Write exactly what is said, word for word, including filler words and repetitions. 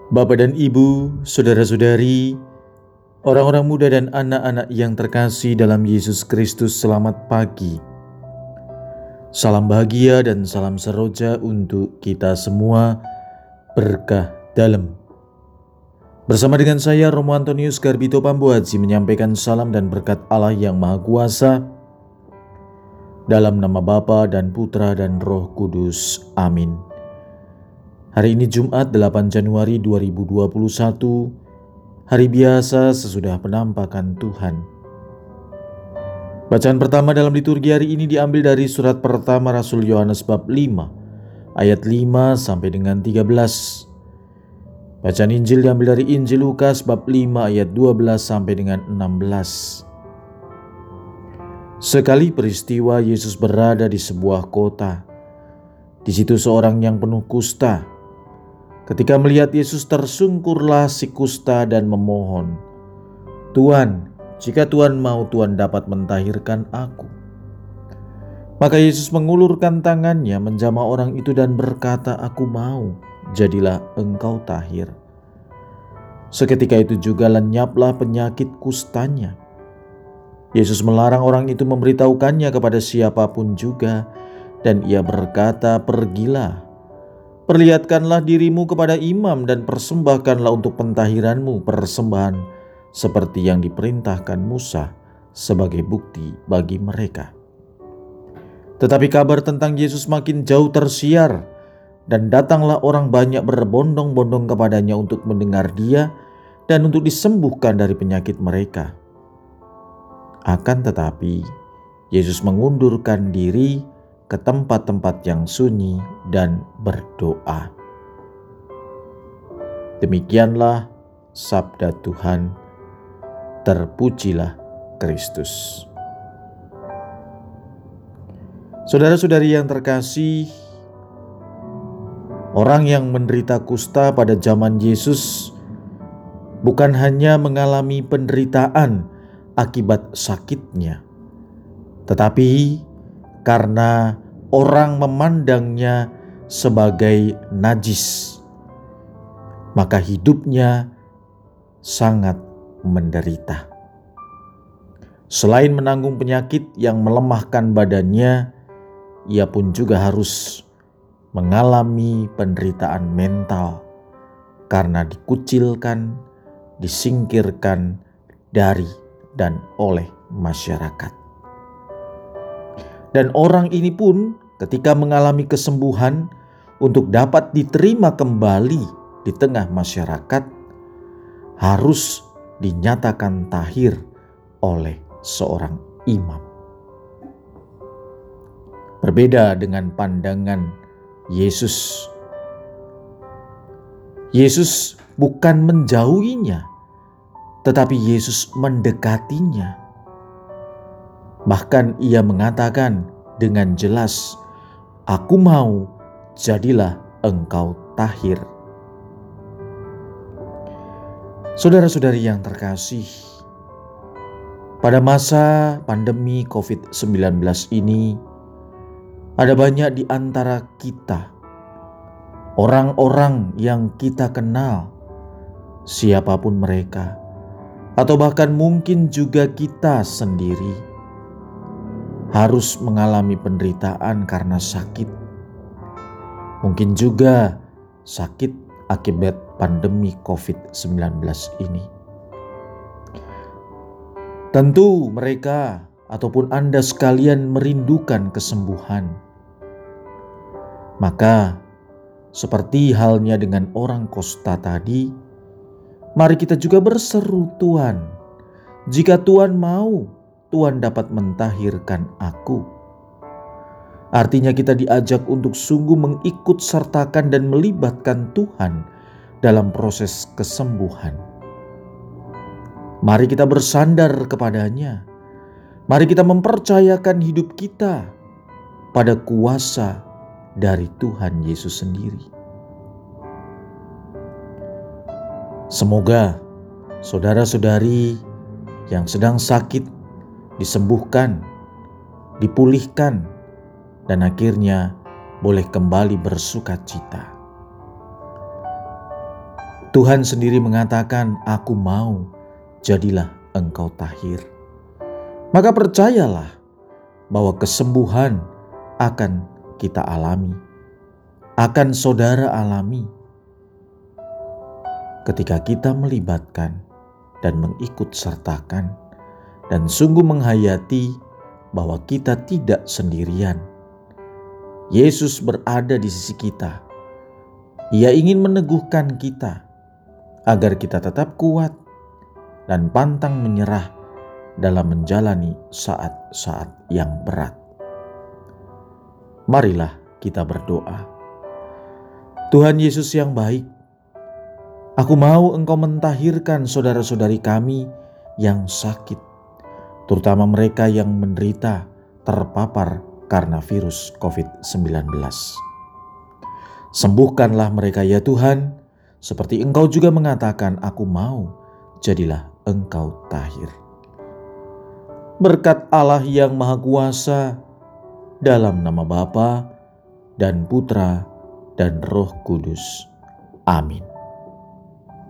Bapak dan Ibu, saudara-saudari, orang-orang muda dan anak-anak yang terkasih dalam Yesus Kristus, selamat pagi. Salam bahagia dan salam seroja untuk kita semua, berkah dalam. Bersama dengan saya, Romo Antonius Garbito Pambuaji, menyampaikan salam dan berkat Allah yang Maha Kuasa, dalam nama Bapa dan Putra dan Roh Kudus. Amin. Hari ini Jumat delapan Januari dua ribu dua puluh satu, hari biasa sesudah penampakan Tuhan. Bacaan pertama dalam liturgi hari ini diambil dari surat pertama Rasul Yohanes bab lima, ayat lima sampai dengan tiga belas. Bacaan Injil diambil dari Injil Lukas bab lima ayat dua belas sampai dengan enam belas. Sekali peristiwa Yesus berada di sebuah kota. Di situ seorang yang penuh kusta. Ketika melihat Yesus, tersungkurlah si kusta dan memohon, "Tuan, jika Tuan mau, Tuan dapat mentahirkan aku." Maka Yesus mengulurkan tangannya menjamah orang itu dan berkata, "Aku mau, jadilah engkau tahir." Seketika itu juga lenyaplah penyakit kustanya. Yesus melarang orang itu memberitahukannya kepada siapapun juga, dan ia berkata, "Pergilah, perlihatkanlah dirimu kepada imam dan persembahkanlah untuk pentahiranmu persembahan seperti yang diperintahkan Musa sebagai bukti bagi mereka." Tetapi kabar tentang Yesus makin jauh tersiar, dan datanglah orang banyak berbondong-bondong kepadanya untuk mendengar dia dan untuk disembuhkan dari penyakit mereka. Akan tetapi, Yesus mengundurkan diri ke tempat-tempat yang sunyi dan berdoa. Demikianlah sabda Tuhan. Terpujilah Kristus. Saudara-saudari yang terkasih, orang yang menderita kusta pada zaman Yesus bukan hanya mengalami penderitaan akibat sakitnya, tetapi karena orang memandangnya sebagai najis, maka hidupnya sangat menderita. Selain menanggung penyakit yang melemahkan badannya, ia pun juga harus mengalami penderitaan mental karena dikucilkan, disingkirkan dari dan oleh masyarakat. Dan orang ini pun ketika mengalami kesembuhan untuk dapat diterima kembali di tengah masyarakat, harus dinyatakan tahir oleh seorang imam. Berbeda dengan pandangan Yesus. Yesus bukan menjauhinya, tetapi Yesus mendekatinya. Bahkan ia mengatakan dengan jelas, "Aku mau, jadilah engkau tahir." Saudara-saudari yang terkasih, pada masa pandemi covid sembilan belas ini, ada banyak di antara kita, orang-orang yang kita kenal, siapapun mereka, atau bahkan mungkin juga kita sendiri, harus mengalami penderitaan karena sakit. Mungkin juga sakit akibat pandemi covid sembilan belas ini. Tentu mereka ataupun Anda sekalian merindukan kesembuhan. Maka seperti halnya dengan orang kusta tadi, mari kita juga berseru, "Tuan, jika Tuan mau, Tuan dapat mentahirkan aku." Artinya kita diajak untuk sungguh mengikut sertakan dan melibatkan Tuhan dalam proses kesembuhan. Mari kita bersandar kepadanya. Mari kita mempercayakan hidup kita pada kuasa dari Tuhan Yesus sendiri. Semoga saudara-saudari yang sedang sakit disembuhkan, dipulihkan, dan akhirnya boleh kembali bersukacita. Tuhan sendiri mengatakan, "Aku mau, jadilah engkau tahir." Maka percayalah bahwa kesembuhan akan kita alami, akan saudara alami ketika kita melibatkan dan mengikut sertakan dan sungguh menghayati bahwa kita tidak sendirian. Yesus berada di sisi kita. Ia ingin meneguhkan kita agar kita tetap kuat dan pantang menyerah dalam menjalani saat-saat yang berat. Marilah kita berdoa. Tuhan Yesus yang baik, aku mau Engkau mentahirkan saudara-saudari kami yang sakit, terutama mereka yang menderita terpapar karena virus covid sembilan belas. Sembuhkanlah mereka ya Tuhan, seperti Engkau juga mengatakan, "Aku mau, jadilah engkau tahir." Berkat Allah yang Maha Kuasa, dalam nama Bapa dan Putra dan Roh Kudus. Amin.